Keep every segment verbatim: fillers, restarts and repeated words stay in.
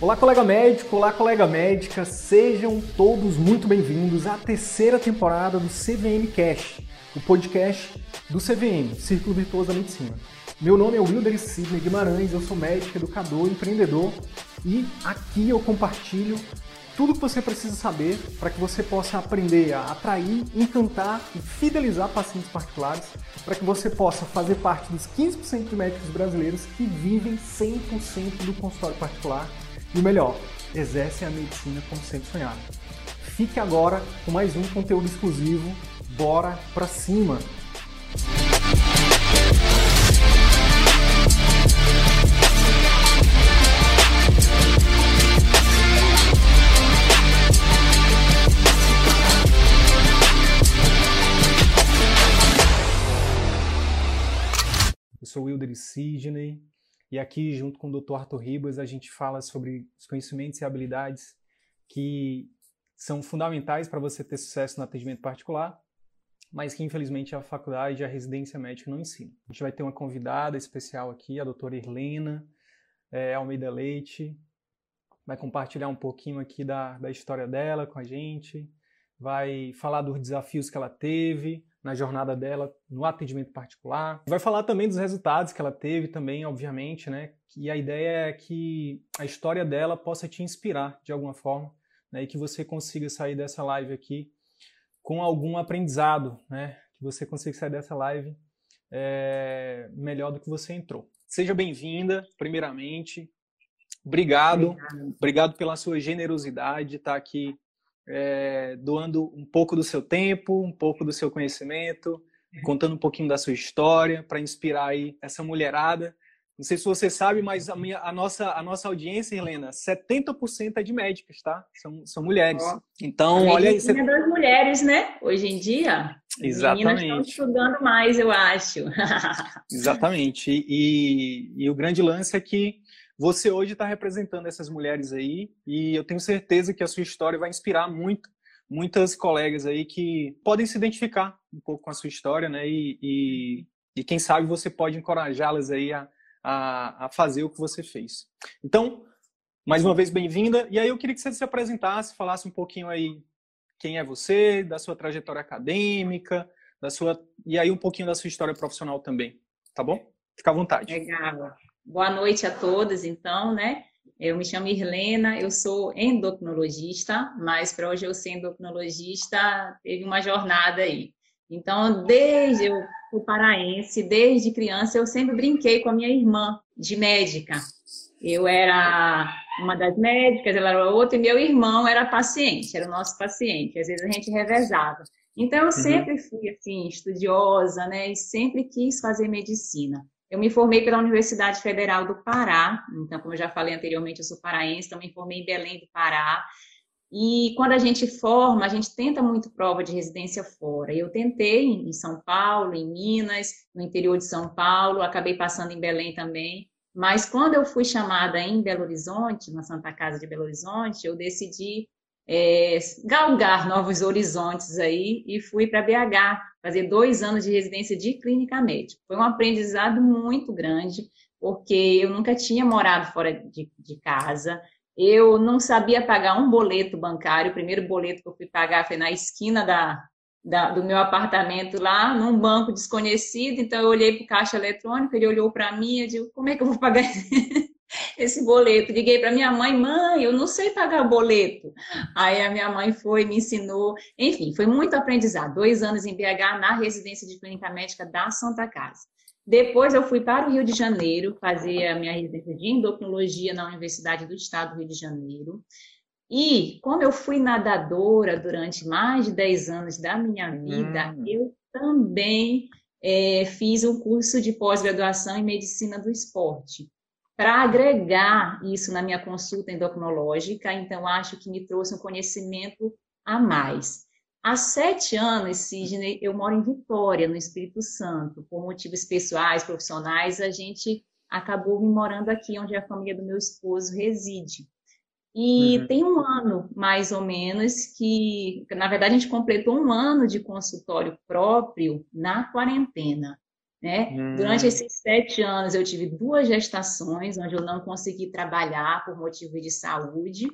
Olá, colega médico, olá, colega médica, sejam todos muito bem-vindos à terceira temporada do C V M Cast, o podcast do C V M, Círculo Virtuoso da Medicina. Meu nome é Wilder Sidney Guimarães, eu sou médico, educador, empreendedor e aqui eu compartilho tudo o que você precisa saber para que você possa aprender a atrair, encantar e fidelizar pacientes particulares, para que você possa fazer parte dos quinze por cento de médicos brasileiros que vivem cem por cento do consultório particular e o melhor, exercem a medicina como sempre sonharam. Fique agora com mais um conteúdo exclusivo. Bora pra cima! Eu sou Wilder Sidney. E aqui, junto com o doutor Arthur Ribas, a gente fala sobre os conhecimentos e habilidades que são fundamentais para você ter sucesso no atendimento particular, mas que, infelizmente, a faculdade e a residência médica não ensinam. A gente vai ter uma convidada especial aqui, a doutora Irlena é, Almeida Leite, vai compartilhar um pouquinho aqui da, da história dela com a gente, vai falar dos desafios que ela teve na jornada dela no atendimento particular. Vai falar também dos resultados que ela teve também, obviamente, né? E a ideia é que a história dela possa te inspirar de alguma forma, né? E que você consiga sair dessa live aqui com algum aprendizado, né? Que você consiga sair dessa live é, melhor do que você entrou. Seja bem-vinda, primeiramente. Obrigado. Obrigado. Obrigado pela sua generosidade de estar aqui É, doando um pouco do seu tempo, um pouco do seu conhecimento, contando um pouquinho da sua história para inspirar aí essa mulherada. Não sei se você sabe, mas a, minha, a, nossa, a nossa audiência, Helena, setenta por cento é de médicas, tá? São, são mulheres. Oh. Então, olha aí. Você... é das mulheres, né? Hoje em dia, exatamente. As meninas estão estudando mais, eu acho. Exatamente. E, e, e o grande lance é que você hoje está representando essas mulheres aí e eu tenho certeza que a sua história vai inspirar muito, muitas colegas aí que podem se identificar um pouco com a sua história, né? E, e, e quem sabe você pode encorajá-las aí a, a, a fazer o que você fez. Então, mais uma vez, bem-vinda. E aí eu queria que você se apresentasse, falasse um pouquinho aí quem é você, da sua trajetória acadêmica, da sua e aí um pouquinho da sua história profissional também, tá bom? Fica à vontade. Legal. Boa noite a todos, então, né? Eu me chamo Irlena, eu sou endocrinologista, mas para hoje eu ser endocrinologista teve uma jornada aí. Então, desde eu fui paraense, desde criança, eu sempre brinquei com a minha irmã de médica. Eu era uma das médicas, ela era outra, e meu irmão era paciente, era o nosso paciente. Às vezes a gente revezava. Então, eu sempre uhum. fui, assim, estudiosa, né? E sempre quis fazer medicina. Eu me formei pela Universidade Federal do Pará, então, como eu já falei anteriormente, eu sou paraense, então me formei em Belém do Pará. E quando a gente forma, a gente tenta muito prova de residência fora. Eu tentei em São Paulo, em Minas, no interior de São Paulo, acabei passando em Belém também. Mas quando eu fui chamada em Belo Horizonte, na Santa Casa de Belo Horizonte, eu decidi é, galgar novos horizontes aí e fui para B H, fazer dois anos de residência de clínica médica. Foi um aprendizado muito grande, porque eu nunca tinha morado fora de, de casa, eu não sabia pagar um boleto bancário, o primeiro boleto que eu fui pagar foi na esquina da, da, do meu apartamento lá, num banco desconhecido, então eu olhei para o caixa eletrônico, ele olhou para mim e disse, como é que eu vou pagar esse boleto? Liguei para minha mãe, mãe, eu não sei pagar boleto. Aí a minha mãe foi, me ensinou, enfim, foi muito aprendizado. Dois anos em B H na residência de clínica médica da Santa Casa. Depois eu fui para o Rio de Janeiro fazer a minha residência de endocrinologia na Universidade do Estado do Rio de Janeiro. E como eu fui nadadora durante mais de dez anos da minha vida, hum. eu também é, fiz um curso de pós-graduação em medicina do esporte, para agregar isso na minha consulta endocrinológica, então acho que me trouxe um conhecimento a mais. Há sete anos, Sidney, eu moro em Vitória, no Espírito Santo. Por motivos pessoais, profissionais, a gente acabou me morando aqui, onde a família do meu esposo reside. E uhum. tem um ano, mais ou menos, que, na verdade, a gente completou um ano de consultório próprio na quarentena. né? Hum. Durante esses sete anos, eu tive duas gestações, onde eu não consegui trabalhar por motivo de saúde.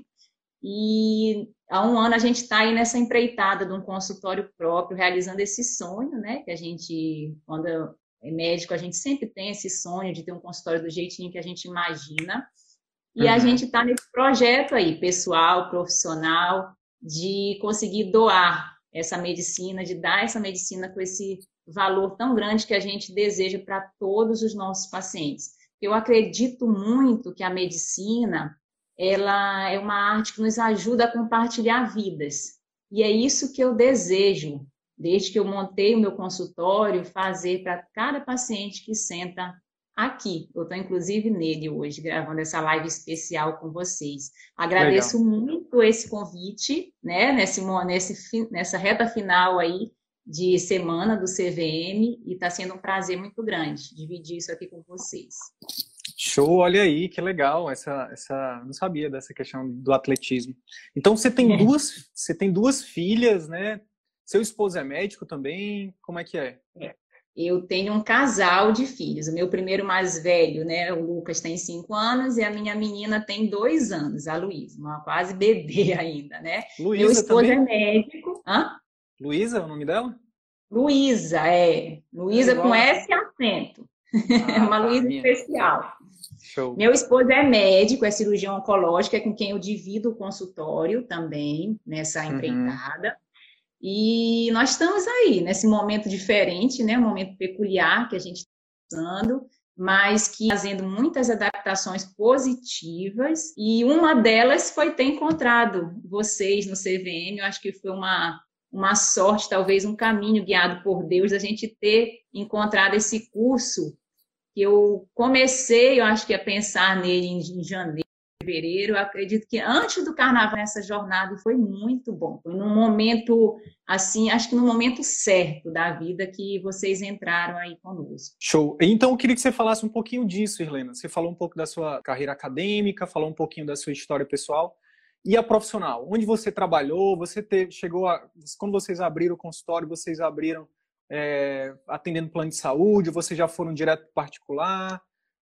E há um ano a gente está aí nessa empreitada de um consultório próprio, realizando esse sonho, né? Que a gente, quando é médico, a gente sempre tem esse sonho de ter um consultório do jeitinho que a gente imagina. E Uhum. a gente está nesse projeto aí, pessoal, profissional, de conseguir doar essa medicina, de dar essa medicina com esse valor tão grande que a gente deseja para todos os nossos pacientes. Eu acredito muito que a medicina, ela é uma arte que nos ajuda a compartilhar vidas. E é isso que eu desejo, desde que eu montei o meu consultório, fazer para cada paciente que senta aqui. Eu estou, inclusive, nele hoje, gravando essa live especial com vocês. Agradeço Legal. muito esse convite, né, nesse, nesse, nessa reta final aí de semana do C V M, e está sendo um prazer muito grande dividir isso aqui com vocês. Show, olha aí, que legal, essa, essa, não sabia dessa questão do atletismo. Então você tem duas, você tem duas filhas, né? Seu esposo é médico também, como é que é? É. Eu tenho um casal de filhos. O meu primeiro mais velho, né, o Lucas, tem cinco anos, e a minha menina tem dois anos, a Luísa, uma quase bebê ainda, né? Meu Luísa esposo também? é médico. Hã? Luísa é o nome dela? Luísa, é. É Luísa com igual. S e acento. Ah, Uma tá, Luísa minha. especial. Show. Meu esposo é médico, é cirurgião oncológico, é com quem eu divido o consultório também, nessa empreitada. Uhum. E nós estamos aí, nesse momento diferente, né? Um momento peculiar que a gente está passando, mas que fazendo muitas adaptações positivas. E uma delas foi ter encontrado vocês no C V M. Eu acho que foi uma, uma sorte, talvez um caminho guiado por Deus, a gente ter encontrado esse curso que eu comecei, eu acho que a pensar nele em janeiro, fevereiro. Eu acredito que antes do carnaval, essa jornada foi muito bom. Foi num momento, assim, acho que no momento certo da vida que vocês entraram aí conosco. Show. Então, eu queria que você falasse um pouquinho disso, Irlena. Você falou um pouco da sua carreira acadêmica, falou um pouquinho da sua história pessoal. E a profissional? Onde você trabalhou? Você teve, chegou a... Quando vocês abriram o consultório, vocês abriram é, atendendo plano de saúde? Vocês já foram direto para particular?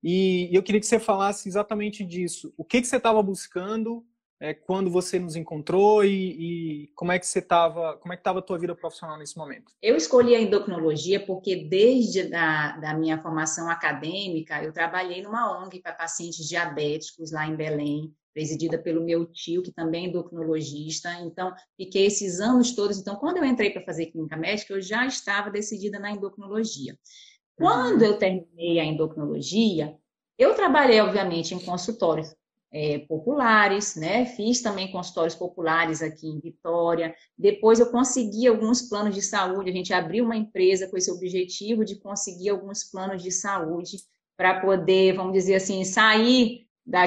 E eu queria que você falasse exatamente disso. O que, que você estava buscando é, quando você nos encontrou e, e como é que você estava, como é que estava a tua vida profissional nesse momento? Eu escolhi a endocrinologia porque desde da, da minha formação acadêmica, eu trabalhei numa O N G para pacientes diabéticos lá em Belém, presidida pelo meu tio, que também é endocrinologista. Então, fiquei esses anos todos. Então, quando eu entrei para fazer clínica médica, eu já estava decidida na endocrinologia. Quando Uhum. eu terminei a endocrinologia, eu trabalhei, obviamente, em consultórios é, populares, né? Fiz também consultórios populares aqui em Vitória. Depois eu consegui alguns planos de saúde. A gente abriu uma empresa com esse objetivo de conseguir alguns planos de saúde para poder, vamos dizer assim, sair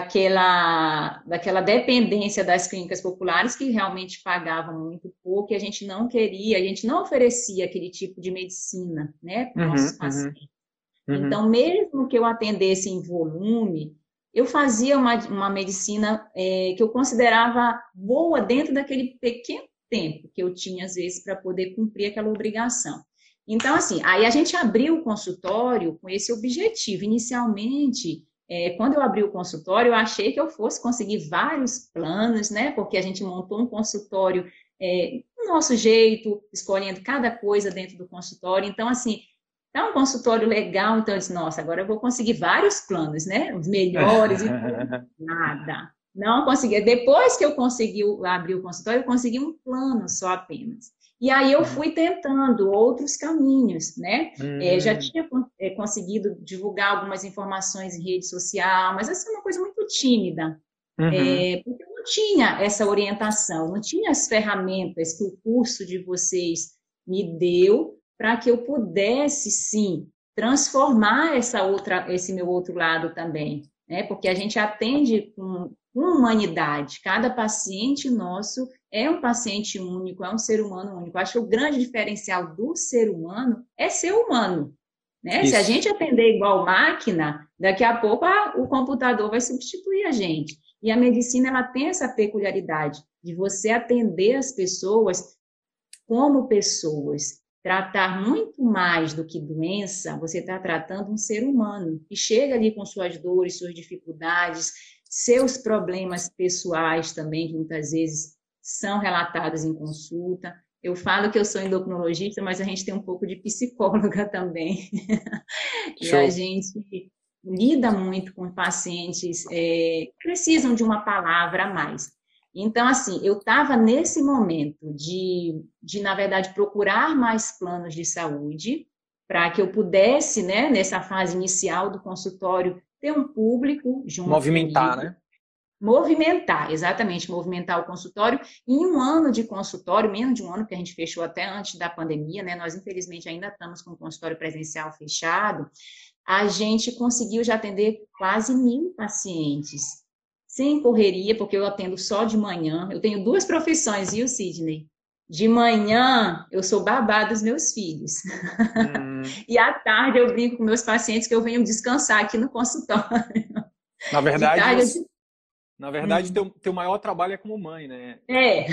daquela, daquela dependência das clínicas populares, que realmente pagavam muito pouco, e a gente não queria, a gente não oferecia aquele tipo de medicina, né, para os nossos Uhum, pacientes. uhum. Então, mesmo que eu atendesse em volume, eu fazia uma, uma medicina é, que eu considerava boa dentro daquele pequeno tempo que eu tinha, às vezes, para poder cumprir aquela obrigação. Então, assim, aí a gente abriu o consultório com esse objetivo. Inicialmente, é, quando eu abri o consultório, eu achei que eu fosse conseguir vários planos, né? Porque a gente montou um consultório é, do nosso jeito, escolhendo cada coisa dentro do consultório. Então, assim, é um consultório legal. Então, eu disse, nossa, agora eu vou conseguir vários planos, né? Os melhores e tudo. Nada. Não consegui. Depois que eu consegui abrir o consultório, eu consegui um plano só apenas. E aí eu fui tentando outros caminhos, né? Uhum. É, já tinha é, conseguido divulgar algumas informações em rede social, mas essa é uma coisa muito tímida, Uhum. é, porque eu não tinha essa orientação, não tinha as ferramentas que o curso de vocês me deu para que eu pudesse, sim, transformar essa outra, esse meu outro lado também, né? Porque a gente atende com, com humanidade. Cada paciente nosso é um paciente único, é um ser humano único. Eu acho que o grande diferencial do ser humano é ser humano, né? Se a gente atender igual máquina, daqui a pouco a, o computador vai substituir a gente. E a medicina, ela tem essa peculiaridade de você atender as pessoas como pessoas. tratar muito mais do que doença, você está tratando um ser humano, que chega ali com suas dores, suas dificuldades, seus problemas pessoais também, que muitas vezes são relatados em consulta. Eu falo que eu sou endocrinologista, mas a gente tem um pouco de psicóloga também. E a Show. gente lida muito com pacientes é, que precisam de uma palavra a mais. Então, assim, eu estava nesse momento de, de, na verdade, procurar mais planos de saúde para que eu pudesse, né, nessa fase inicial do consultório, ter um público junto Movimentar, comigo. né? Movimentar, exatamente, movimentar o consultório. Em um ano de consultório, menos de um ano, que a gente fechou até antes da pandemia, né? Nós, infelizmente, ainda estamos com o consultório presencial fechado. A gente conseguiu já atender quase mil pacientes, sem correria, porque eu atendo só de manhã. Eu tenho duas profissões, viu, Sidney? De manhã, eu sou babá dos meus filhos. Hum. E à tarde, eu brinco com meus pacientes que eu venho descansar aqui no consultório. Na De verdade, tarde, você... eu... Na verdade, hum. teu, teu maior trabalho é como mãe, né? É.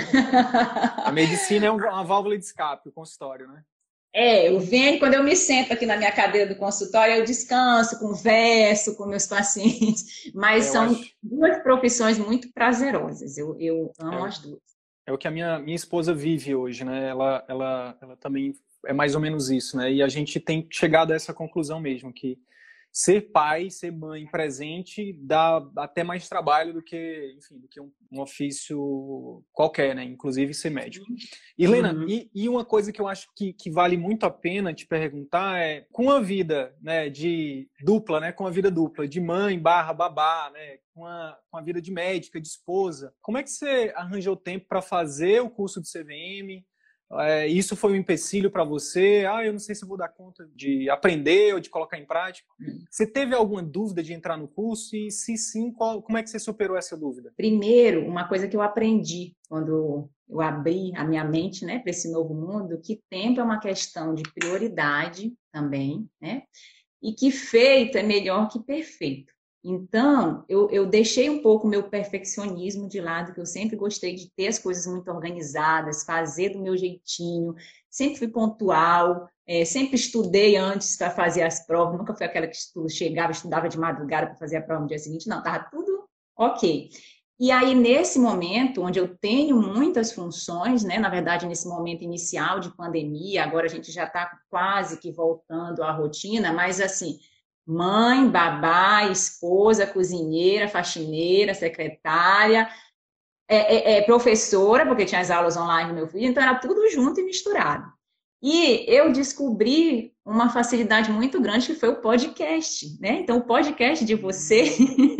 A medicina é uma válvula de escape, o consultório, né? É, eu venho, quando eu me sento aqui na minha cadeira do consultório, eu descanso, converso com meus pacientes, mas É, eu são acho. duas profissões muito prazerosas, eu, eu É, amo as duas. é o que a minha, minha esposa vive hoje, né? Ela, ela, ela também é mais ou menos isso, né? E a gente tem chegado a essa conclusão mesmo, que ser pai, ser mãe presente dá até mais trabalho do que, enfim, do que um, um ofício qualquer, né? Inclusive ser médico. Helena, Uhum. e, e uma coisa que eu acho que, que vale muito a pena te perguntar é, com a vida, né, de dupla, né, com a vida dupla, de mãe barra babá, né, com a, com a vida de médica, de esposa, como é que você arranjou tempo para fazer o curso de C V M? É, isso foi um empecilho para você? Ah, eu não sei se eu vou dar conta de aprender ou de colocar em prática. Você teve alguma dúvida de entrar no curso? E se sim, qual, como é que você superou essa dúvida? Primeiro, uma coisa que eu aprendi quando eu abri a minha mente, né, para esse novo mundo, que tempo é uma questão de prioridade também, né? E que feito é melhor que perfeito. Então, eu, eu deixei um pouco o meu perfeccionismo de lado, que eu sempre gostei de ter as coisas muito organizadas, fazer do meu jeitinho, sempre fui pontual, é, sempre estudei antes para fazer as provas, nunca fui aquela que estu, chegava, estudava de madrugada para fazer a prova no dia seguinte, não, estava tudo ok. E aí, nesse momento, onde eu tenho muitas funções, né? Na verdade, nesse momento inicial de pandemia, agora a gente já está quase que voltando à rotina, mas assim, mãe, babá, esposa, cozinheira, faxineira, secretária, é, é, é professora, porque tinha as aulas online do meu filho, então era tudo junto e misturado. E eu descobri uma facilidade muito grande que foi o podcast, né? Então, o podcast de vocês,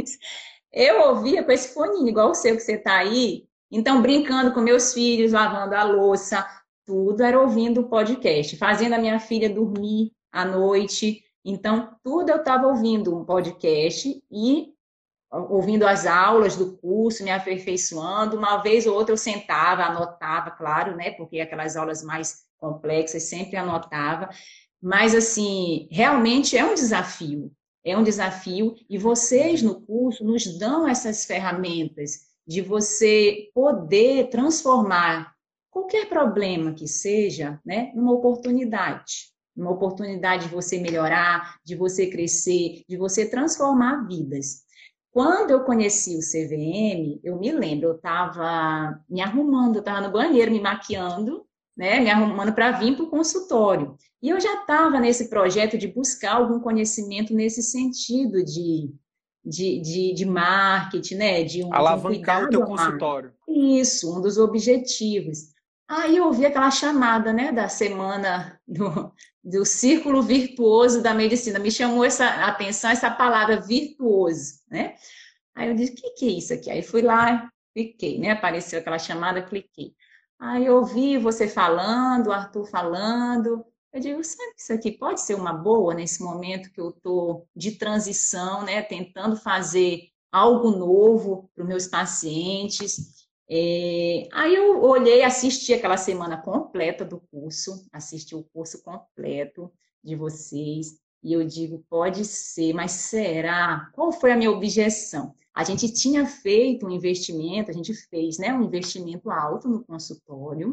eu ouvia com esse foninho, igual o seu que você está aí, então brincando com meus filhos, lavando a louça, tudo era ouvindo o podcast, fazendo a minha filha dormir à noite, então tudo eu estava ouvindo um podcast e ouvindo as aulas do curso, me aperfeiçoando. Uma vez ou outra eu sentava, anotava, claro, né? Porque aquelas aulas mais complexas sempre anotava. Mas, assim, realmente é um desafio. É um desafio. E vocês no curso nos dão essas ferramentas de você poder transformar qualquer problema que seja, né, numa oportunidade. Uma oportunidade de você melhorar, de você crescer, de você transformar vidas. Quando eu conheci o C V M, eu me lembro, eu estava me arrumando, eu estava no banheiro me maquiando, né, me arrumando para vir para o consultório. E eu já estava nesse projeto de buscar algum conhecimento nesse sentido de, de, de, de marketing, né, de um, de um Alavancar o teu cuidado à marca. consultório. Isso, um dos objetivos. Aí eu ouvi aquela chamada, né, da semana do, do círculo virtuoso da medicina. Me chamou essa atenção essa palavra virtuoso, né? Aí eu disse, o que, que é isso aqui? Aí fui lá, cliquei, né? Apareceu aquela chamada, cliquei. Aí eu ouvi você falando, o Arthur falando. Eu digo, sabe que isso aqui pode ser uma boa nesse momento que eu estou de transição, né? Tentando fazer algo novo para os meus pacientes. É, aí eu olhei, assisti aquela semana completa do curso, assisti o curso completo de vocês, e eu digo, pode ser, mas será? Qual foi a minha objeção? A gente tinha feito um investimento, a gente fez, né, um investimento alto no consultório,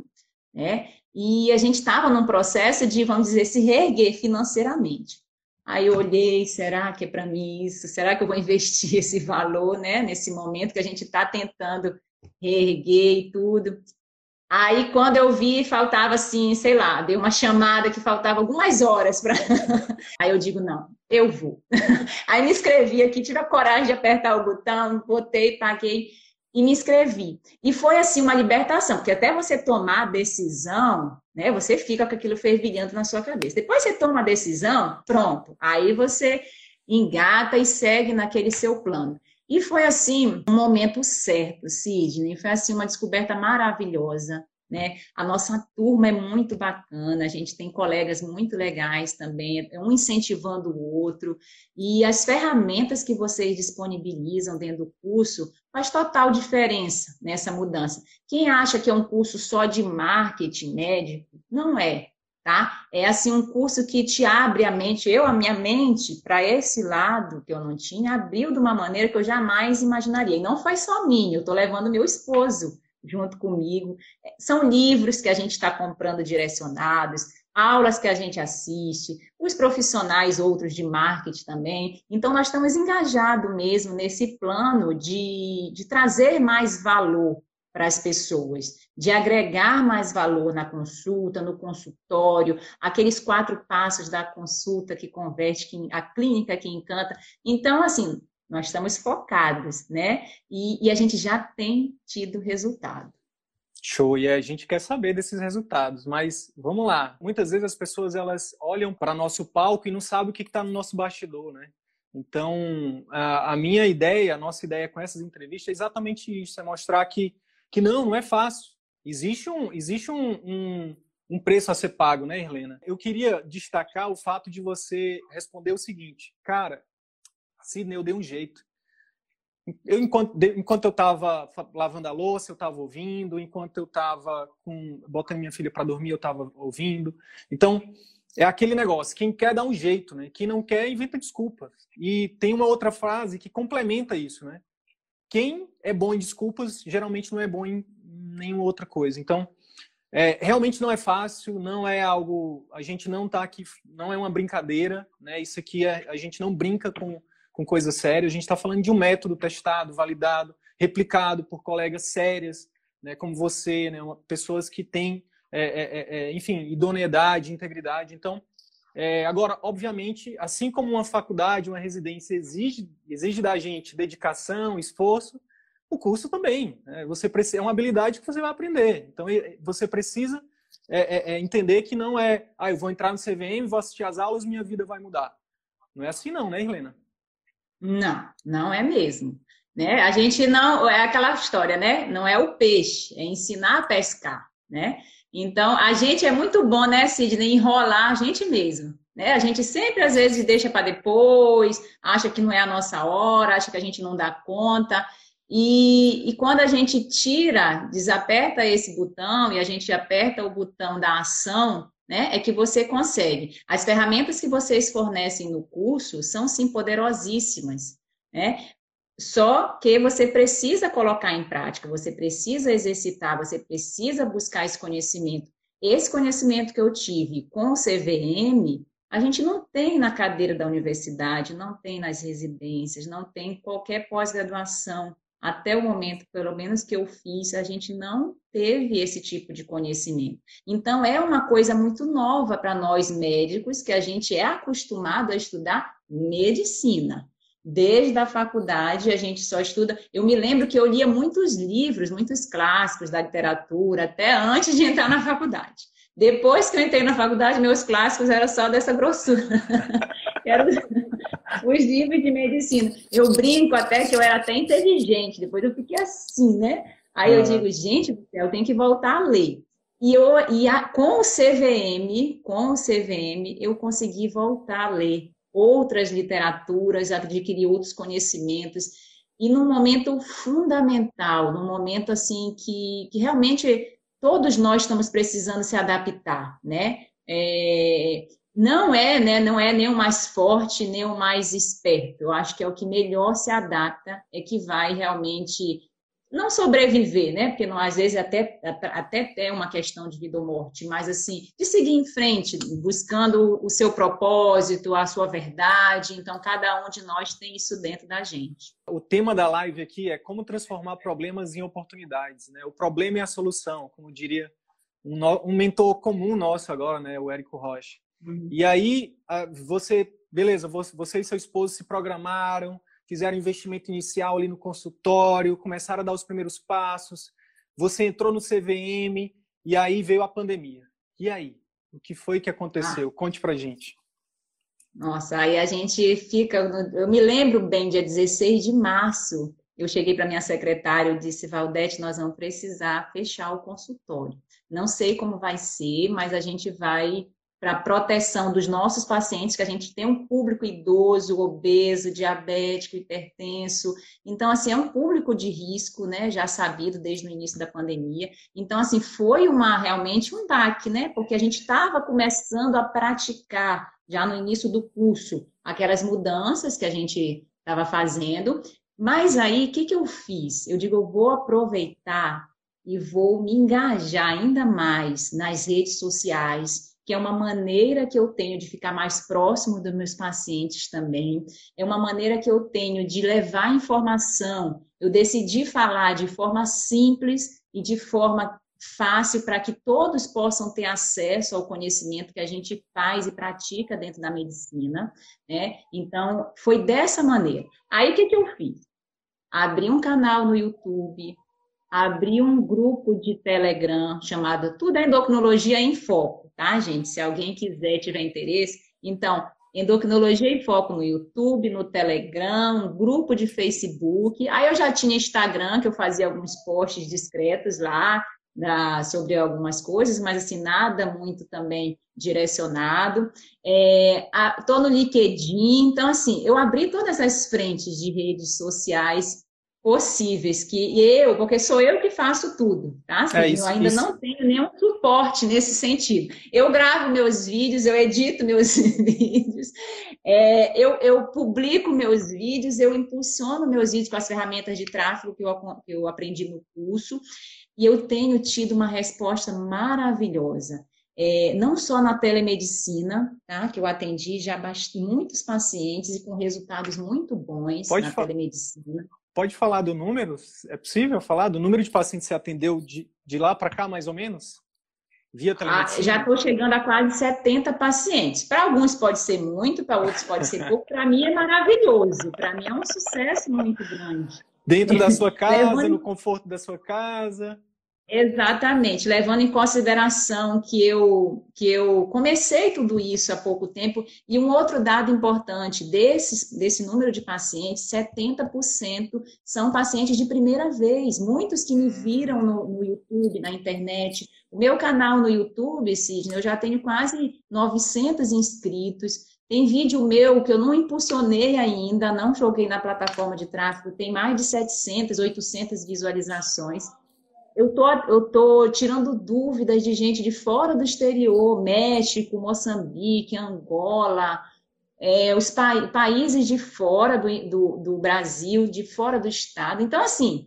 né? E a gente estava num processo de, vamos dizer, se reerguer financeiramente. Aí eu olhei, será que é para mim isso? Será que eu vou investir esse valor, né? Nesse momento que a gente está tentando reerguer e tudo. Aí, quando eu vi, faltava assim, sei lá, deu uma chamada que faltava algumas horas para. Aí eu digo, não, eu vou. Aí me inscrevi aqui, tive a coragem de apertar o botão, botei, paguei e me inscrevi. E foi assim uma libertação, porque até você tomar a decisão, né, você fica com aquilo fervilhando na sua cabeça. Depois você toma a decisão, pronto, aí você engata e segue naquele seu plano. E foi assim, um momento certo, Sidney, foi assim uma descoberta maravilhosa, né? A nossa turma é muito bacana, a gente tem colegas muito legais também, um incentivando o outro, e as ferramentas que vocês disponibilizam dentro do curso faz total diferença nessa mudança. Quem acha que é um curso só de marketing médico, não é, tá? É assim um curso que te abre a mente, eu, a minha mente, para esse lado que eu não tinha, abriu de uma maneira que eu jamais imaginaria. E não foi só minha, eu estou levando meu esposo junto comigo. São livros que a gente está comprando direcionados, aulas que a gente assiste, os profissionais outros de marketing também. Então, nós estamos engajados mesmo nesse plano de, de trazer mais valor para as pessoas, de agregar mais valor na consulta, no consultório, aqueles quatro passos da consulta que converte, que, a clínica que encanta. Então, assim, nós estamos focados, né? E, e a gente já tem tido resultado. Show, e a gente quer saber desses resultados, mas vamos lá. Muitas vezes as pessoas elas olham para nosso palco e não sabem o que está no nosso bastidor, né? Então, a, a minha ideia, a nossa ideia com essas entrevistas é exatamente isso, é mostrar que, que não, não é fácil. Existe um, existe um, um, um preço a ser pago, né, Irlena? Eu queria destacar o fato de você responder o seguinte, cara, Sidney, eu dei um jeito. Eu, enquanto, enquanto eu estava lavando a louça, eu estava ouvindo. Enquanto eu estava botando minha filha para dormir, eu estava ouvindo. Então, é aquele negócio. Quem quer dá um jeito, né? Quem não quer, inventa desculpas. E tem uma outra frase que complementa isso, né? Quem é bom em desculpas, geralmente não é bom em nenhuma outra coisa. Então, é, realmente não é fácil, não é algo... A gente não está aqui... Não é uma brincadeira, né? Isso aqui, é, a gente não brinca com... com coisa séria, a gente está falando de um método testado, validado, replicado por colegas sérias, né, como você, né, uma, pessoas que têm, é, é, é, enfim, idoneidade, integridade. Então, é, agora, obviamente, assim como uma faculdade, uma residência exige, exige da gente dedicação, esforço, o curso também. Né, você precisa, é uma habilidade que você vai aprender. Então, você precisa é, é, entender que não é, ah, eu vou entrar no C V M, vou assistir às aulas, minha vida vai mudar. Não é assim não, né, Irlena? Não, não é mesmo. Né? A gente não, é aquela história, né? Não é o peixe, é ensinar a pescar, né? Então, a gente é muito bom, né, Sidney, enrolar a gente mesmo, né? A gente sempre, às vezes, deixa para depois, acha que não é a nossa hora, acha que a gente não dá conta. E, e quando a gente tira, desaperta esse botão e a gente aperta o botão da ação, né, é que você consegue. As ferramentas que vocês fornecem no curso são, sim, poderosíssimas, né? Só que você precisa colocar em prática, você precisa exercitar, você precisa buscar esse conhecimento. Esse conhecimento que eu tive com o C V M, a gente não tem na cadeira da universidade, não tem nas residências, não tem em qualquer pós-graduação. Até o momento, pelo menos que eu fiz, a gente não teve esse tipo de conhecimento. Então, é uma coisa muito nova para nós médicos, que a gente é acostumado a estudar medicina. Desde a faculdade, a gente só estuda... Eu me lembro que eu lia muitos livros, muitos clássicos da literatura, até antes de entrar na faculdade. Depois que eu entrei na faculdade, meus clássicos eram só dessa grossura. Eram os livros de medicina. Eu brinco até que eu era até inteligente, depois eu fiquei assim, né? Aí eu digo, gente do céu, eu tenho que voltar a ler. E, eu, e a, com o C V M, com o C V M, eu consegui voltar a ler outras literaturas, adquirir outros conhecimentos, e num momento fundamental, num momento assim que, que realmente todos nós estamos precisando se adaptar, né? É, não é, né? Não é nem o mais forte, nem o mais esperto. Eu acho que é o que melhor se adapta, é que vai realmente não sobreviver, né? Porque não, às vezes até, até é uma questão de vida ou morte, mas assim, de seguir em frente, buscando o seu propósito, a sua verdade. Então, cada um de nós tem isso dentro da gente. O tema da live aqui é como transformar problemas em oportunidades, né? O problema é a solução, como diria um, no, um mentor comum nosso agora, né? O Érico Rocha. Uhum. E aí, você, beleza, você e seu esposo se programaram, fizeram investimento inicial ali no consultório, começaram a dar os primeiros passos, você entrou no C V M e aí veio a pandemia. E aí? O que foi que aconteceu? Ah. Conte pra gente. Nossa, aí a gente fica... Eu me lembro bem, dia dezesseis de março, eu cheguei para minha secretária, eu disse, Valdete, nós vamos precisar fechar o consultório. Não sei como vai ser, mas a gente vai... para a proteção dos nossos pacientes, que a gente tem um público idoso, obeso, diabético, hipertenso. Então, assim, é um público de risco, né, já sabido desde o início da pandemia. Então, assim, foi uma, realmente um baque, né, porque a gente estava começando a praticar, já no início do curso, aquelas mudanças que a gente estava fazendo. Mas aí, o que, que eu fiz? Eu digo, eu vou aproveitar e vou me engajar ainda mais nas redes sociais, que é uma maneira que eu tenho de ficar mais próximo dos meus pacientes também, é uma maneira que eu tenho de levar informação. Eu decidi falar de forma simples e de forma fácil para que todos possam ter acesso ao conhecimento que a gente faz e pratica dentro da medicina, né? Então, foi dessa maneira. Aí, o que, que eu fiz? Abri um canal no YouTube, abri um grupo de Telegram chamado Tudo é Endocrinologia em Foco, tá, gente? Se alguém quiser, tiver interesse. Então, Endocrinologia em Foco no YouTube, no Telegram, um grupo de Facebook. Aí eu já tinha Instagram, que eu fazia alguns posts discretos lá na, sobre algumas coisas, mas assim, nada muito também direcionado. Estou é, no LinkedIn. Então, assim, eu abri todas as frentes de redes sociais possíveis, que eu, porque sou eu que faço tudo, tá? Assim, é isso, eu ainda isso. não tenho nenhum suporte nesse sentido. Eu gravo meus vídeos, eu edito meus vídeos, é, eu, eu publico meus vídeos, eu impulsiono meus vídeos com as ferramentas de tráfego que eu, que eu aprendi no curso, e eu tenho tido uma resposta maravilhosa. É, não só na telemedicina, tá? Que eu atendi já bastante, muitos pacientes e com resultados muito bons Pode na falar. telemedicina. Pode falar do número? É possível falar do número de pacientes que você atendeu de, de lá para cá, mais ou menos? Via telemedicina? Ah, já estou chegando a quase setenta pacientes. Para alguns pode ser muito, para outros pode ser pouco. Para mim é maravilhoso. Para mim é um sucesso muito grande. Dentro da sua casa, Levando... no conforto da sua casa. Exatamente, levando em consideração que eu, que eu comecei tudo isso há pouco tempo, e um outro dado importante desse, desse número de pacientes, setenta por cento são pacientes de primeira vez, muitos que me viram no, no YouTube, na internet. O meu canal no YouTube, Sidney, eu já tenho quase novecentos inscritos, tem vídeo meu que eu não impulsionei ainda, não joguei na plataforma de tráfego, tem mais de setecentas, oitocentas visualizações. Eu tô, eu tô tirando dúvidas de gente de fora do exterior, México, Moçambique, Angola, é, os pa países de fora do, do, do Brasil, de fora do estado. Então, assim,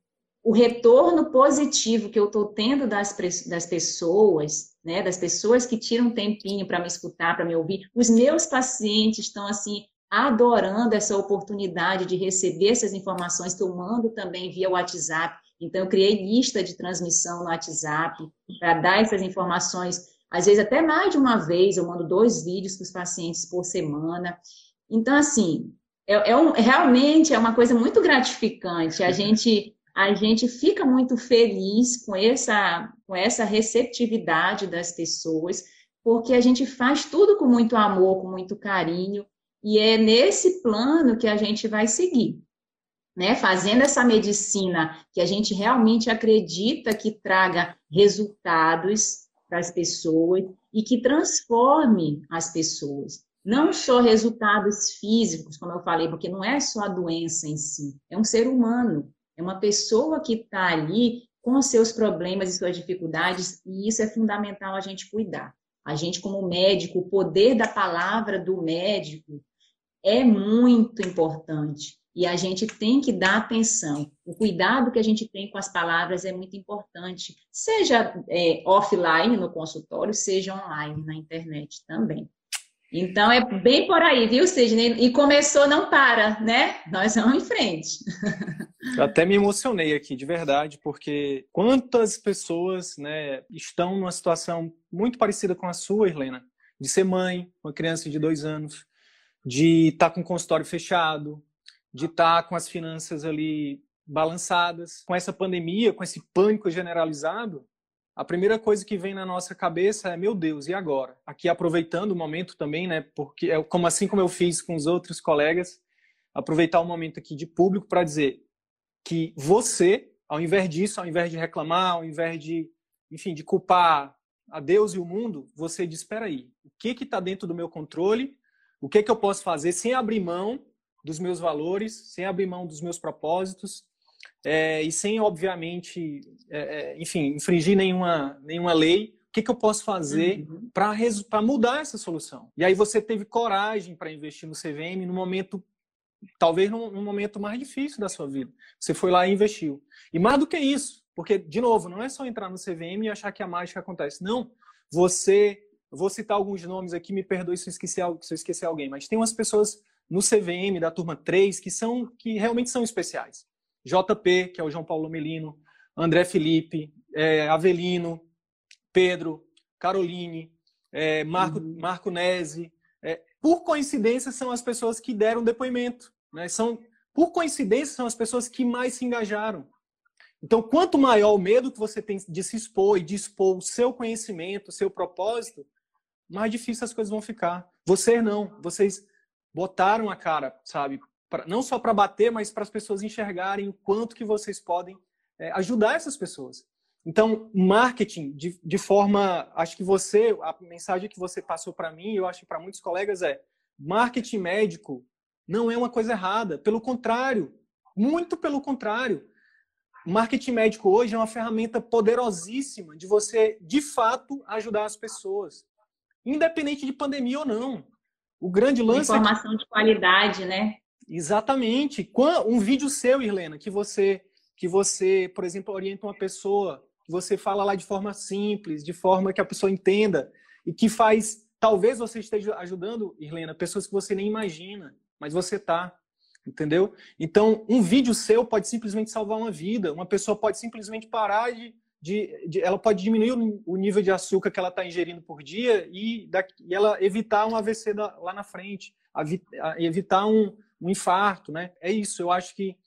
o retorno positivo que eu estou tendo das, das pessoas, né, das pessoas que tiram um tempinho para me escutar, para me ouvir, os meus pacientes estão, assim, adorando essa oportunidade de receber essas informações que eu mando também via WhatsApp. Então, eu criei lista de transmissão no WhatsApp para dar essas informações, às vezes até mais de uma vez, eu mando dois vídeos para os pacientes por semana. Então, assim, é, é um, realmente é uma coisa muito gratificante. A gente, a gente fica muito feliz com essa, com essa receptividade das pessoas, porque a gente faz tudo com muito amor, com muito carinho, e é nesse plano que a gente vai seguir. Né, fazendo essa medicina que a gente realmente acredita que traga resultados para as pessoas e que transforme as pessoas. Não só resultados físicos, como eu falei, porque não é só a doença em si, é um ser humano, é uma pessoa que está ali com os seus problemas e suas dificuldades, e isso é fundamental a gente cuidar. A gente, como médico, o poder da palavra do médico é muito importante. E a gente tem que dar atenção. O cuidado que a gente tem com as palavras é muito importante, seja é, offline no consultório, seja online na internet também. Então, é bem por aí, viu, Sidney? E começou, não para, né? Nós vamos em frente. Eu até me emocionei aqui, de verdade, porque quantas pessoas, né, estão numa situação muito parecida com a sua, Irlena, de ser mãe, uma criança de dois anos, de estar com o consultório fechado, de estar com as finanças ali balançadas. Com essa pandemia, com esse pânico generalizado, a primeira coisa que vem na nossa cabeça é, meu Deus, e agora? Aqui aproveitando o momento também, né, porque é como assim como eu fiz com os outros colegas, aproveitar o momento aqui de público para dizer que você, ao invés disso, ao invés de reclamar, ao invés de, enfim, de culpar a Deus e o mundo, você diz, espera aí, o que que está dentro do meu controle? O que que eu posso fazer sem abrir mão dos meus valores, sem abrir mão dos meus propósitos, é, e sem, obviamente, é, é, enfim, infringir nenhuma, nenhuma lei? O que que eu posso fazer uhum. para mudar essa solução? E aí você teve coragem para investir no C V M no momento, talvez num, num momento mais difícil da sua vida. Você foi lá e investiu. E mais do que isso, porque, de novo, não é só entrar no C V M e achar que a mágica acontece. Não, você... Eu vou citar alguns nomes aqui, me perdoe se eu esquecer, se eu esquecer alguém, mas tem umas pessoas no C V M da turma três que, são, que realmente são especiais. J P, que é o João Paulo Melino, André Felipe, é, Avelino, Pedro, Caroline, é, Marco, uhum. Marco Nese. É, por coincidência, são as pessoas que deram depoimento. Né? São, por coincidência, são as pessoas que mais se engajaram. Então, quanto maior o medo que você tem de se expor e de expor o seu conhecimento, o seu propósito, mais difícil as coisas vão ficar. Vocês não. Vocês botaram a cara, sabe? Pra, não só para bater, mas para as pessoas enxergarem o quanto que vocês podem é, ajudar essas pessoas. Então, marketing, de, de forma... Acho que você... A mensagem que você passou para mim, eu acho que para muitos colegas é: marketing médico não é uma coisa errada. Pelo contrário. Muito pelo contrário. O marketing médico hoje é uma ferramenta poderosíssima de você, de fato, ajudar as pessoas. Independente de pandemia ou não. O grande lance... Informação é que... de qualidade, né? Exatamente. Um vídeo seu, Irlena, que você, que você, por exemplo, orienta uma pessoa, que você fala lá de forma simples, de forma que a pessoa entenda, e que faz... Talvez você esteja ajudando, Irlena, pessoas que você nem imagina, mas você está. Entendeu? Então, um vídeo seu pode simplesmente salvar uma vida. Uma pessoa pode simplesmente parar de... de, de ela pode diminuir o, o nível de açúcar que ela está ingerindo por dia e, da, e ela evitar um A V C da, lá na frente, a, a, evitar um, um infarto, né? É isso. Eu acho que,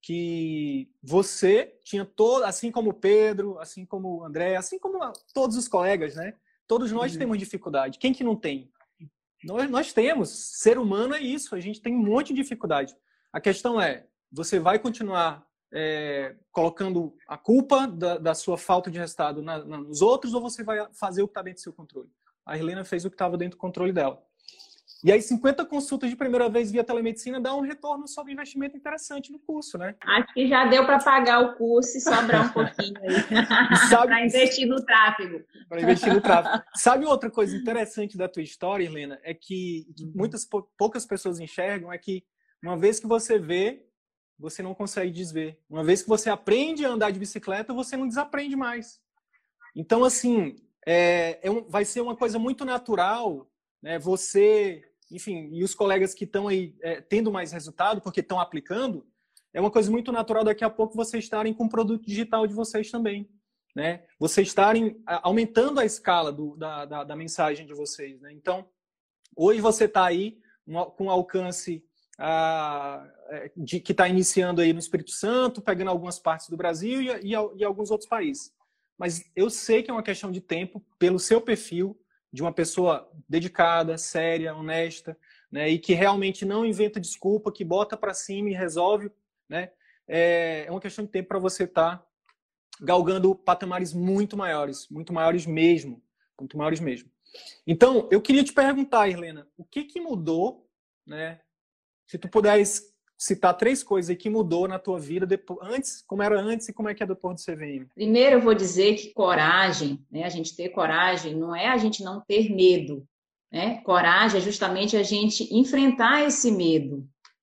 que você tinha todo, assim como o Pedro, assim como o André, assim como todos os colegas, né? Todos nós uhum. temos dificuldade. Quem que não tem? Nós, nós temos. Ser humano é isso. A gente tem um monte de dificuldade. A questão é, você vai continuar é, colocando a culpa da, da sua falta de resultado na, na, nos outros, ou você vai fazer o que está dentro do seu controle? A Irlena fez o que estava dentro do controle dela. E aí, cinquenta consultas de primeira vez via telemedicina dá um retorno sobre investimento interessante no curso, né? Acho que já deu para pagar o curso e sobrar um pouquinho aí. Para investir no tráfego. Para investir no tráfego. Sabe outra coisa interessante da tua história, Irlena? É que, que muitas poucas pessoas enxergam, é que uma vez que você vê, você não consegue desver. Uma vez que você aprende a andar de bicicleta, você não desaprende mais. Então, assim, é, é um, vai ser uma coisa muito natural, né? Você, enfim, e os colegas que estão aí é, tendo mais resultado, porque estão aplicando, é uma coisa muito natural daqui a pouco vocês estarem com o produto digital de vocês também, né? Vocês estarem aumentando a escala do, da, da, da mensagem de vocês, né? Então, hoje você está aí com alcance... Ah, de, que está iniciando aí no Espírito Santo, pegando algumas partes do Brasil e, e, e alguns outros países. Mas eu sei que é uma questão de tempo, pelo seu perfil, de uma pessoa dedicada, séria, honesta, né, e que realmente não inventa desculpa, que bota para cima e resolve, né, é, é uma questão de tempo para você estar tá galgando patamares muito maiores, muito maiores mesmo, muito maiores mesmo. Então, eu queria te perguntar, Irlena, o que, que mudou, né? Se tu puderes citar três coisas que mudou na tua vida depois, antes, como era antes e como é que é depois do C V M. Primeiro, eu vou dizer que coragem, né? A gente ter coragem não é a gente não ter medo, né? Coragem é justamente a gente enfrentar esse medo,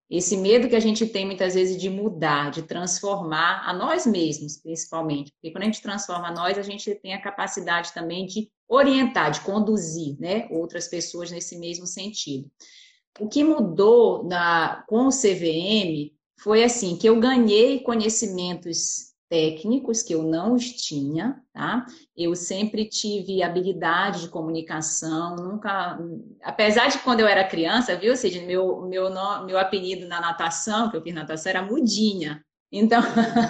Esse medo que a gente tem muitas vezes de mudar, de transformar a nós mesmos, principalmente. Porque quando a gente transforma nós, a gente tem a capacidade também de orientar, de conduzir, né, outras pessoas nesse mesmo sentido. O que mudou na, com o C V M foi assim, que eu ganhei conhecimentos técnicos que eu não os tinha, tá? Eu sempre tive habilidade de comunicação, nunca... Apesar de quando eu era criança, viu, Cid, meu, meu, meu apelido na natação, que eu fiz natação, era Mudinha. Então,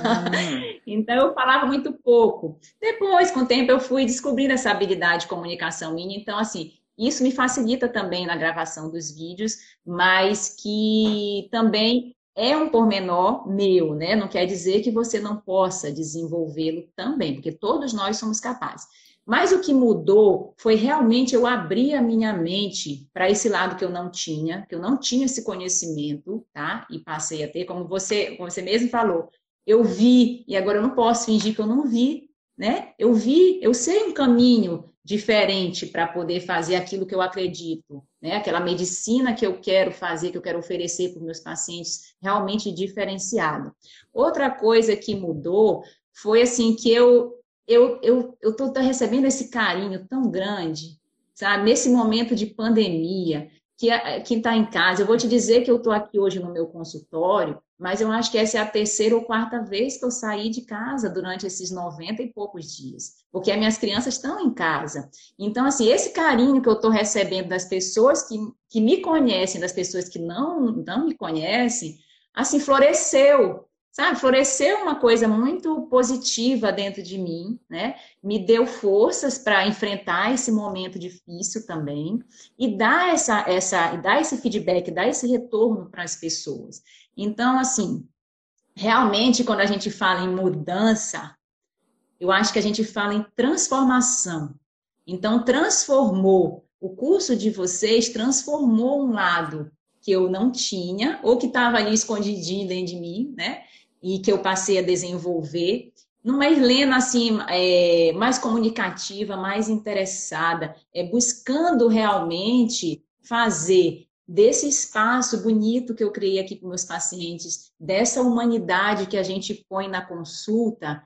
hum. então, eu falava muito pouco. Depois, com o tempo, eu fui descobrindo essa habilidade de comunicação minha. Então, assim, isso me facilita também na gravação dos vídeos, mas que também é um pormenor meu, né? Não quer dizer que você não possa desenvolvê-lo também, porque todos nós somos capazes. Mas o que mudou foi realmente eu abrir a minha mente para esse lado que eu não tinha, que eu não tinha esse conhecimento, tá? E passei a ter, como você, como você mesmo falou, eu vi e agora eu não posso fingir que eu não vi, né? Eu vi, eu sei um caminho diferente para poder fazer aquilo que eu acredito, né? Aquela medicina que eu quero fazer, que eu quero oferecer para os meus pacientes, realmente diferenciado. Outra coisa que mudou foi assim que eu eu eu eu tô recebendo esse carinho tão grande, sabe? Nesse momento de pandemia, que quem está em casa, eu vou te dizer que eu estou aqui hoje no meu consultório, mas eu acho que essa é a terceira ou quarta vez que eu saí de casa durante esses noventa e poucos dias, porque as minhas crianças estão em casa. Então, assim, esse carinho que eu estou recebendo das pessoas que, que me conhecem, das pessoas que não, não me conhecem, assim, floresceu, sabe? Floresceu uma coisa muito positiva dentro de mim, né? Me deu forças para enfrentar esse momento difícil também e dar, essa, essa, dar esse feedback, dar esse retorno para as pessoas. Então, assim, realmente, quando a gente fala em mudança, eu acho que a gente fala em transformação. Então, transformou. O curso de vocês transformou um lado que eu não tinha, ou que estava ali escondidinho dentro de mim, né? E que eu passei a desenvolver. Numa Irlena, assim, é, mais comunicativa, mais interessada, é, buscando realmente fazer desse espaço bonito que eu criei aqui com meus pacientes, dessa humanidade que a gente põe na consulta,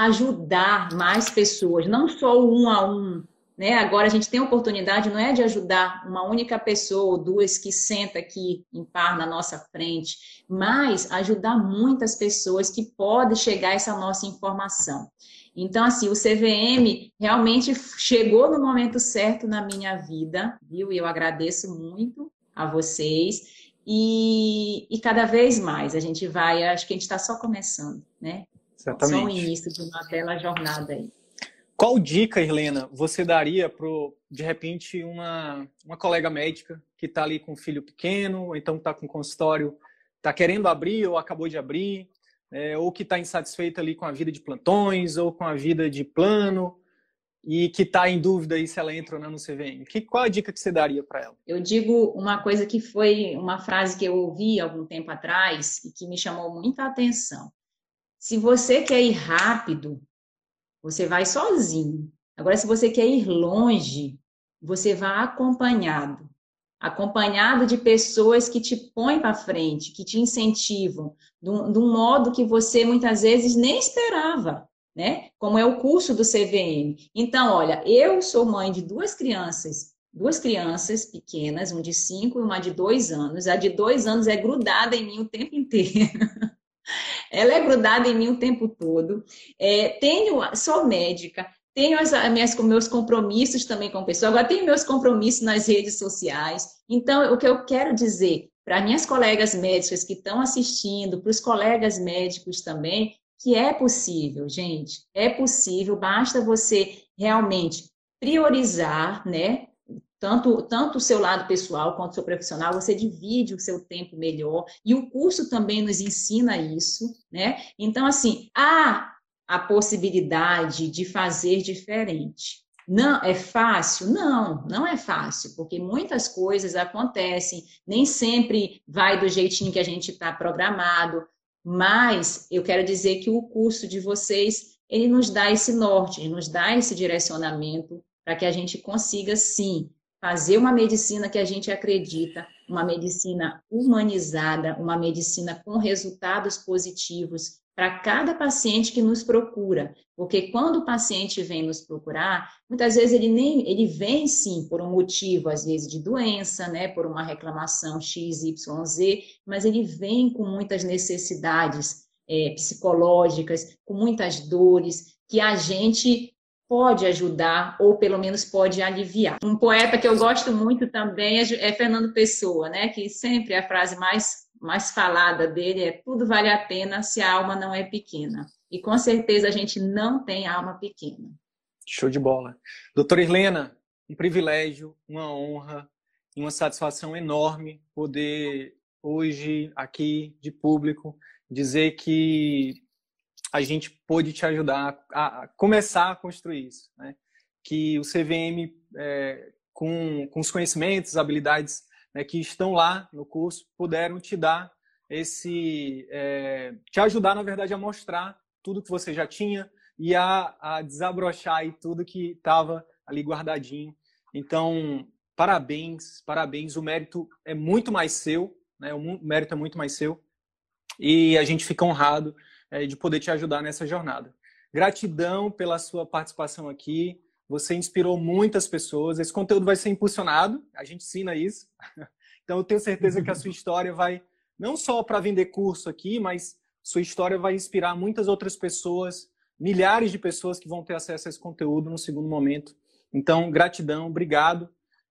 ajudar mais pessoas, não só o um a um, né? Agora a gente tem a oportunidade, não é de ajudar uma única pessoa ou duas que senta aqui em par na nossa frente, mas ajudar muitas pessoas que podem chegar a essa nossa informação. Então, assim, o C V M realmente chegou no momento certo na minha vida, viu? E eu agradeço muito a vocês. E, e cada vez mais a gente vai, acho que a gente está só começando, né? Exatamente. Só o início de uma bela jornada aí. Qual dica, Irlena, você daria para, de repente, uma, uma colega médica que está ali com um filho pequeno, ou então está com um consultório, está querendo abrir ou acabou de abrir, é, ou que está insatisfeita ali com a vida de plantões ou com a vida de plano, e que está em dúvida aí se ela entra ou não no C V M? Que, qual a dica que você daria para ela? Eu digo uma coisa que foi uma frase que eu ouvi algum tempo atrás e que me chamou muita atenção. Se você quer ir rápido, você vai sozinho. Agora, se você quer ir longe, você vai acompanhado. Acompanhado de pessoas que te põem para frente, que te incentivam, de um, de um modo que você muitas vezes nem esperava, né? Como é o curso do C V M. Então, olha, eu sou mãe de duas crianças, duas crianças pequenas, uma de cinco e uma de dois anos. A de dois anos é grudada em mim o tempo inteiro. Ela é grudada em mim o tempo todo. É, tenho, sou médica, tenho as minhas, meus compromissos também com pessoas, agora tenho meus compromissos nas redes sociais. Então, o que eu quero dizer para minhas colegas médicas que estão assistindo, para os colegas médicos também, que é possível, gente, é possível, basta você realmente priorizar, né? Tanto, tanto o seu lado pessoal quanto o seu profissional, você divide o seu tempo melhor, e o curso também nos ensina isso, né? Então, assim, há a possibilidade de fazer diferente. Não é fácil? Não, não é fácil, porque muitas coisas acontecem, nem sempre vai do jeitinho que a gente está programado, mas eu quero dizer que o curso de vocês, ele nos dá esse norte, ele nos dá esse direcionamento para que a gente consiga, sim, fazer uma medicina que a gente acredita, uma medicina humanizada, uma medicina com resultados positivos para cada paciente que nos procura. Porque quando o paciente vem nos procurar, muitas vezes ele nem ele vem sim por um motivo, às vezes de doença, né, por uma reclamação X Y Z, mas ele vem com muitas necessidades é, psicológicas, com muitas dores, que a gente pode ajudar, ou pelo menos pode aliviar. Um poeta que eu gosto muito também é Fernando Pessoa, né? Que sempre a frase mais, mais falada dele é: tudo vale a pena se a alma não é pequena. E com certeza a gente não tem alma pequena. Show de bola. Doutora Irlena, um privilégio, uma honra e uma satisfação enorme poder hoje, aqui, de público, dizer que a gente pôde te ajudar a começar a construir isso, né? Que o C V M, é, com, com os conhecimentos, habilidades, né, que estão lá no curso, puderam te dar esse... É, te ajudar, na verdade, a mostrar tudo que você já tinha e a, a desabrochar aí tudo que estava ali guardadinho. Então, parabéns, parabéns. O mérito é muito mais seu, né? O mérito é muito mais seu. E a gente fica honrado de poder te ajudar nessa jornada. Gratidão pela sua participação aqui. Você inspirou muitas pessoas. Esse conteúdo vai ser impulsionado. A gente ensina isso. Então, eu tenho certeza que a sua história vai, não só para vender curso aqui, mas sua história vai inspirar muitas outras pessoas, milhares de pessoas que vão ter acesso a esse conteúdo no segundo momento. Então, gratidão, obrigado.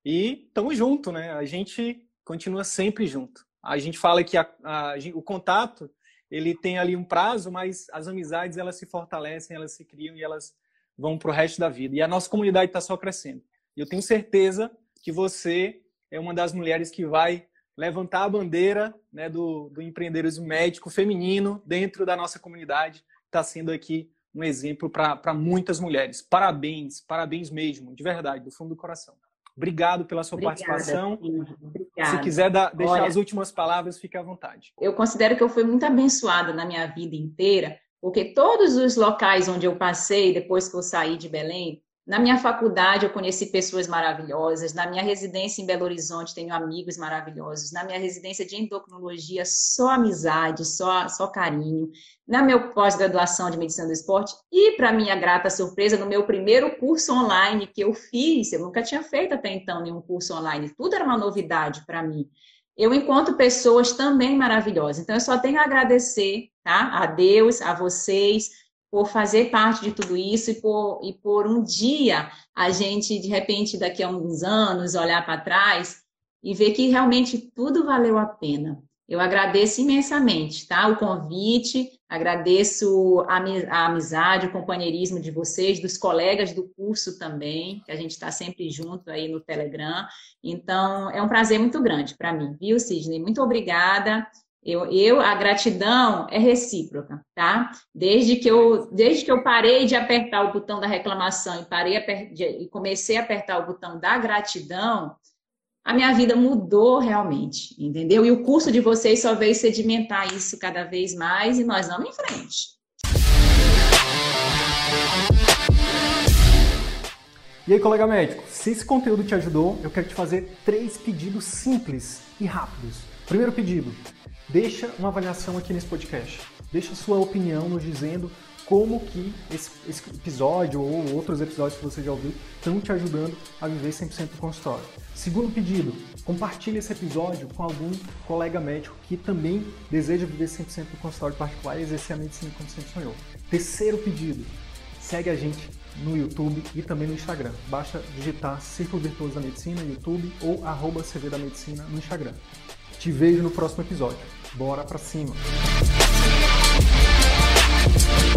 E tamo junto, né? A gente continua sempre junto. A gente fala que a, a, o contato ele tem ali um prazo, mas as amizades, elas se fortalecem, elas se criam e elas vão para o resto da vida. E a nossa comunidade está só crescendo. E eu tenho certeza que você é uma das mulheres que vai levantar a bandeira, né, do, do empreendedorismo médico feminino dentro da nossa comunidade. Está sendo aqui um exemplo para muitas mulheres. Parabéns, parabéns mesmo, de verdade, do fundo do coração. Obrigado pela sua Obrigada, participação. Se quiser dar, deixar Olha, as últimas palavras, fique à vontade. Eu considero que eu fui muito abençoada na minha vida inteira, porque todos os locais onde eu passei, depois que eu saí de Belém, na minha faculdade eu conheci pessoas maravilhosas, na minha residência em Belo Horizonte tenho amigos maravilhosos, na minha residência de endocrinologia só amizade, só, só carinho, na minha pós-graduação de medicina do esporte e, para minha grata surpresa, no meu primeiro curso online que eu fiz, eu nunca tinha feito até então nenhum curso online, tudo era uma novidade para mim. Eu encontro pessoas também maravilhosas, então eu só tenho a agradecer, tá? A Deus, a vocês, por fazer parte de tudo isso e por, e por um dia a gente, de repente, daqui a alguns anos, olhar para trás e ver que realmente tudo valeu a pena. Eu agradeço imensamente, tá? O convite, agradeço a, a amizade, o companheirismo de vocês, dos colegas do curso também, que a gente está sempre junto aí no Telegram. Então, é um prazer muito grande para mim, viu, Sidney? Muito obrigada. Eu, eu, a gratidão é recíproca, tá? Desde que, eu, desde que eu parei de apertar o botão da reclamação e, parei de, e comecei a apertar o botão da gratidão, a minha vida mudou realmente, entendeu? E o curso de vocês só veio sedimentar isso cada vez mais e nós vamos em frente. E aí, colega médico, se esse conteúdo te ajudou, eu quero te fazer três pedidos simples e rápidos. Primeiro pedido, deixa uma avaliação aqui nesse podcast. Deixa sua opinião nos dizendo como que esse, esse episódio ou outros episódios que você já ouviu estão te ajudando a viver cem por cento do consultório. Segundo pedido, compartilhe esse episódio com algum colega médico que também deseja viver cem por cento do consultório particular e exercer a medicina como sempre sonhou. Terceiro pedido, segue a gente no YouTube e também no Instagram. Basta digitar Círculo Virtuoso da Medicina no YouTube ou arroba C V da Medicina no Instagram. Te vejo no próximo episódio. Bora pra cima!